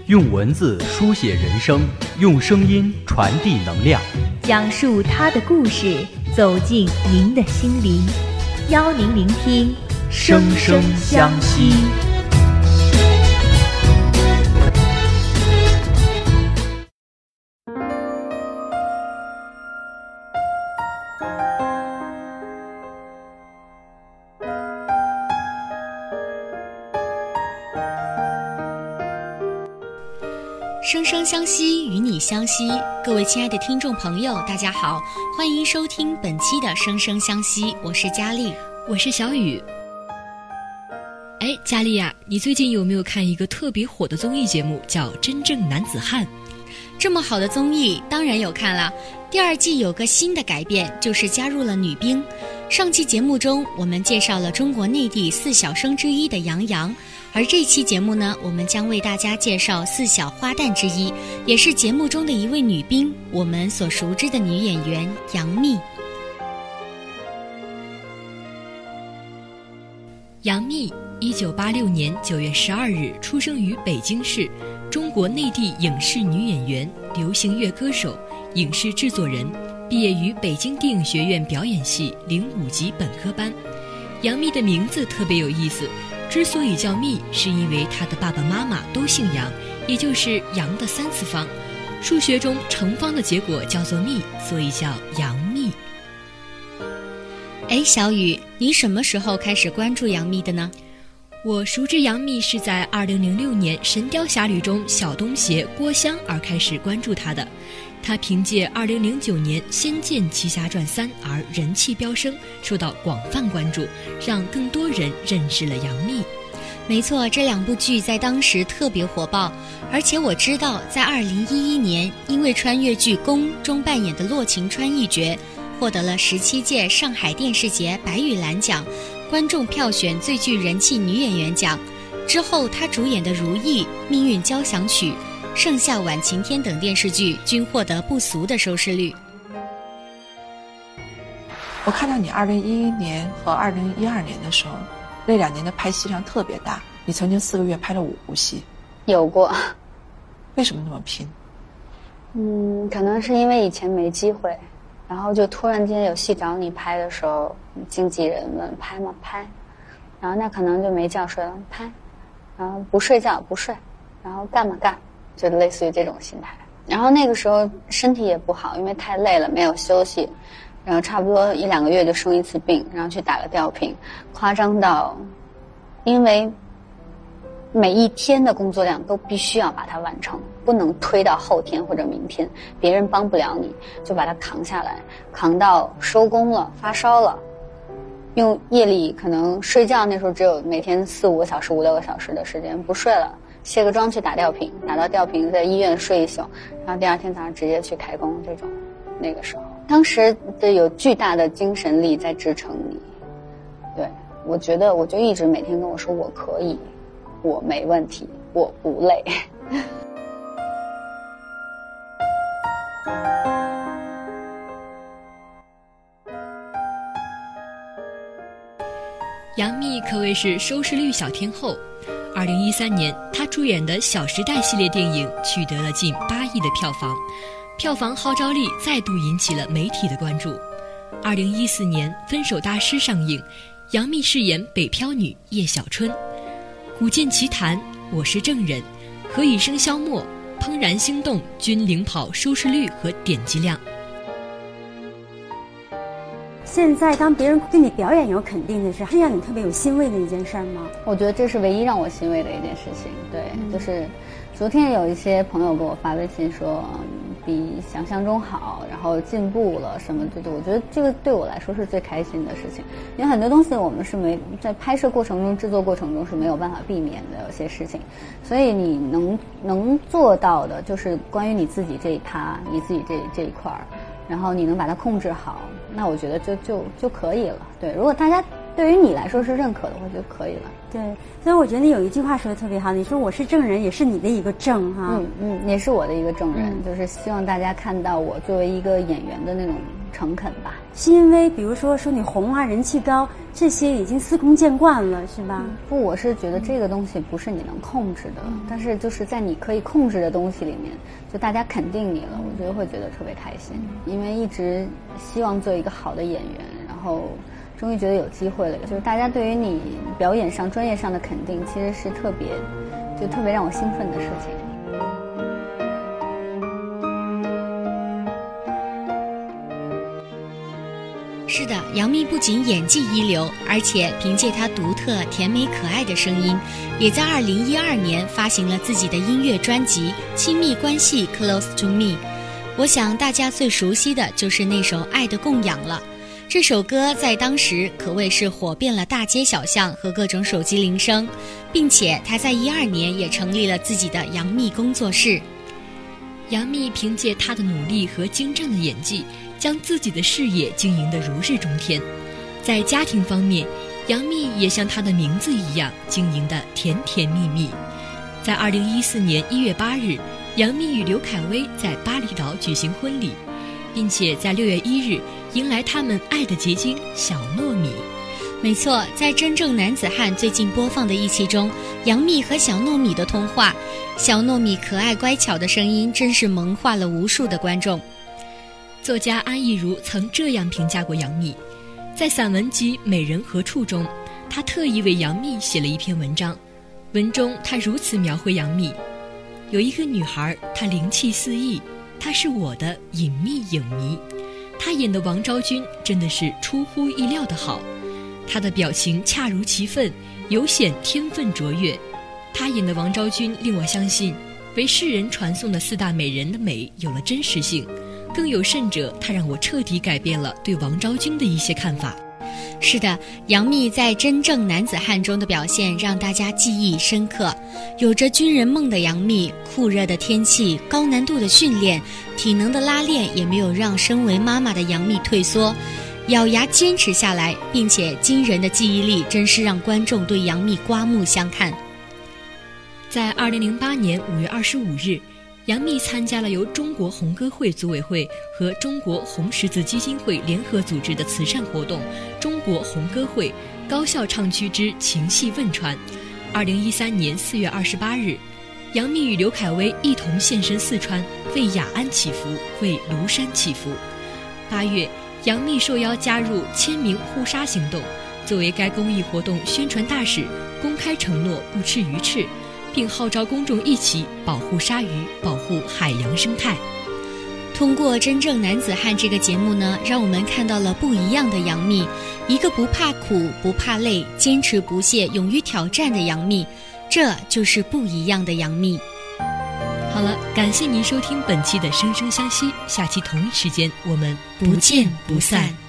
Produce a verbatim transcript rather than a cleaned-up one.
用文字书写人生，用声音传递能量， 讲述他的故事，走进您的心灵，邀您聆听生生相惜。 生生相惜，与你相惜。各位亲爱的听众朋友，大家好，欢迎收听本期的生生相惜，我是佳丽， 我是小雨。哎，佳丽呀，你最近有没有看一个特别火的综艺节目，叫《真正男子汉》？ 这么好的综艺，当然有看了。第二季有个新的改变，就是加入了女兵。上期节目中，我们介绍了中国内地四小生之一的杨洋。而这期节目呢，我们将为大家介绍四小花旦之一，也是节目中的一位女兵，我们所熟知的女演员杨幂。 杨幂，一九八六年九月十二日出生于北京市，中国内地影视女演员、流行乐歌手、影视制作人，毕业于北京电影学院表演系零五级本科班。杨幂的名字特别有意思。之所以叫幂，是因为她的爸爸妈妈都姓杨，也就是杨的三次方。数学中乘方的结果叫做幂，所以叫杨幂。 哎，小雨，你什么时候开始关注杨幂的呢？ 我熟知杨幂是在二零零六年《神雕侠侣》中小东邪郭襄而开始关注她的。她凭借二零零九年《仙剑奇侠传三》而人气飙升，受到广泛关注，让更多人认识了杨幂。 没错，这两部剧在当时特别火爆，而且我知道，在二零一一年，因为穿越剧《宫》中扮演的洛晴川一角，获得了十七届上海电视节白玉兰奖观众票选最具人气女演员奖。之后，她主演的《如懿》《命运交响曲》《盛夏晚晴天》等电视剧均获得不俗的收视率。 我看到你二零一一年和二零一二年的时候，那两年的拍戏量特别大，你曾经四个月拍了五部戏。 有过。 为什么那么拼？ 嗯，可能是因为以前没机会，然后就突然间有戏找你拍的时候，经纪人问拍吗？拍。然后那可能就没觉睡了，拍。然后不睡觉不睡，然后干嘛干。就类似于这种心态，然后那个时候身体也不好，因为太累了没有休息，然后差不多一两个月就生一次病，然后去打了吊瓶，夸张到因为每一天的工作量都必须要把它完成，不能推到后天或者明天，别人帮不了你，就把它扛下来，扛到收工了发烧了，用夜里可能睡觉，那时候只有每天四五个小时五六个小时的时间不睡了，卸个妆去打吊瓶，打到吊瓶在医院睡一宿，然后第二天早上直接去开工，这种那个时候当时的有巨大的精神力在支撑你。对，我觉得我就一直每天跟我说我可以，我没问题，我不累。 杨幂可谓是收视率小天后。二零一三年，她主演的《小时代》系列电影取得了近八亿的票房，票房号召力再度引起了媒体的关注。二零一四年，《分手大师》上映，杨幂饰演北漂女叶小春。《古剑奇谭》《我是证人》《何以笙箫默》《怦然心动》均领跑收视率和点击量。 现在当别人对你表演有肯定的时候，是让你特别有欣慰的一件事吗？ 我觉得这是唯一让我欣慰的一件事情。对、嗯、就是昨天有一些朋友给我发微信说、嗯、比想象中好，然后进步了什么的，我觉得这个对我来说是最开心的事情。因为很多东西我们是没在拍摄过程中制作过程中是没有办法避免的，有些事情，所以你能能做到的就是关于你自己这一趴，你自己这这一块儿，然后你能把它控制好，那我觉得就就就可以了。对，如果大家对于你来说是认可的，我觉得可以了。 对，所以我觉得你有一句话说的特别好，你说我是证人，也是你的一个证哈。 嗯嗯，也是我的一个证人，嗯、就是希望大家看到我作为一个演员的那种诚恳吧。 是因为比如说说你红啊，人气高，这些已经司空见惯了，是吧？ 嗯、不，我是觉得这个东西不是你能控制的，嗯、但是就是在你可以控制的东西里面，就大家肯定你了，我觉得会觉得特别开心，嗯、因为一直希望做一个好的演员，然后。终于觉得有机会了，就是大家对于你表演上、专业上的肯定，其实是特别，就特别让我兴奋的事情。 是的，杨幂不仅演技一流，而且凭借她独特、甜美可爱的声音，也在二零一二年发行了自己的音乐专辑《亲密关系 Close to Me》。我想大家最熟悉的就是那首《爱的供养》了。这首歌在当时可谓是火遍了大街小巷和各种手机铃声，并且她在一二年也成立了自己的杨幂工作室。 杨幂凭借她的努力和精湛的演技，将自己的事业经营得如日中天。在家庭方面，杨幂也像她的名字一样经营得甜甜蜜蜜。在二零一四年一月八日，杨幂与刘恺威在巴厘岛举行婚礼，并且在六月一日迎来他们爱的结晶小糯米。 没错，在真正男子汉最近播放的一期中，杨幂和小糯米的通话，小糯米可爱乖巧的声音真是萌化了无数的观众。 作家安忆如曾这样评价过杨幂，在散文集《美人何处》中，她特意为杨幂写了一篇文章，文中她如此描绘杨幂：有一个女孩，她灵气四溢，她是我的隐秘影迷。她演的王昭君真的是出乎意料的好，她的表情恰如其分，尤显天分卓越。她演的王昭君令我相信，为世人传颂的四大美人的美有了真实性，更有甚者，她让我彻底改变了对王昭君的一些看法。 是的，杨幂在真正男子汉中的表现让大家记忆深刻。有着军人梦的杨幂，酷热的天气、高难度的训练、体能的拉练也没有让身为妈妈的杨幂退缩，咬牙坚持下来，并且惊人的记忆力真是让观众对杨幂刮目相看。 在二零零八年五月二十五日，杨幂参加了由中国红歌会组委会和中国红十字基金会联合组织的慈善活动中国红歌会高校唱区之情系汶川。二零一三年四月二十八日，杨幂与刘恺威一同现身四川，为雅安祈福，为庐山祈福。八月，杨幂受邀加入签名护沙行动，作为该公益活动宣传大使，公开承诺不吃鱼翅，并号召公众一起保护鲨鱼，保护海洋生态。 通过《真正男子汉》这个节目呢，让我们看到了不一样的杨幂，一个不怕苦、不怕累、坚持不懈、勇于挑战的杨幂，这就是不一样的杨幂。 好了，感谢您收听本期的《生生相惜》，下期同一时间我们不见不散。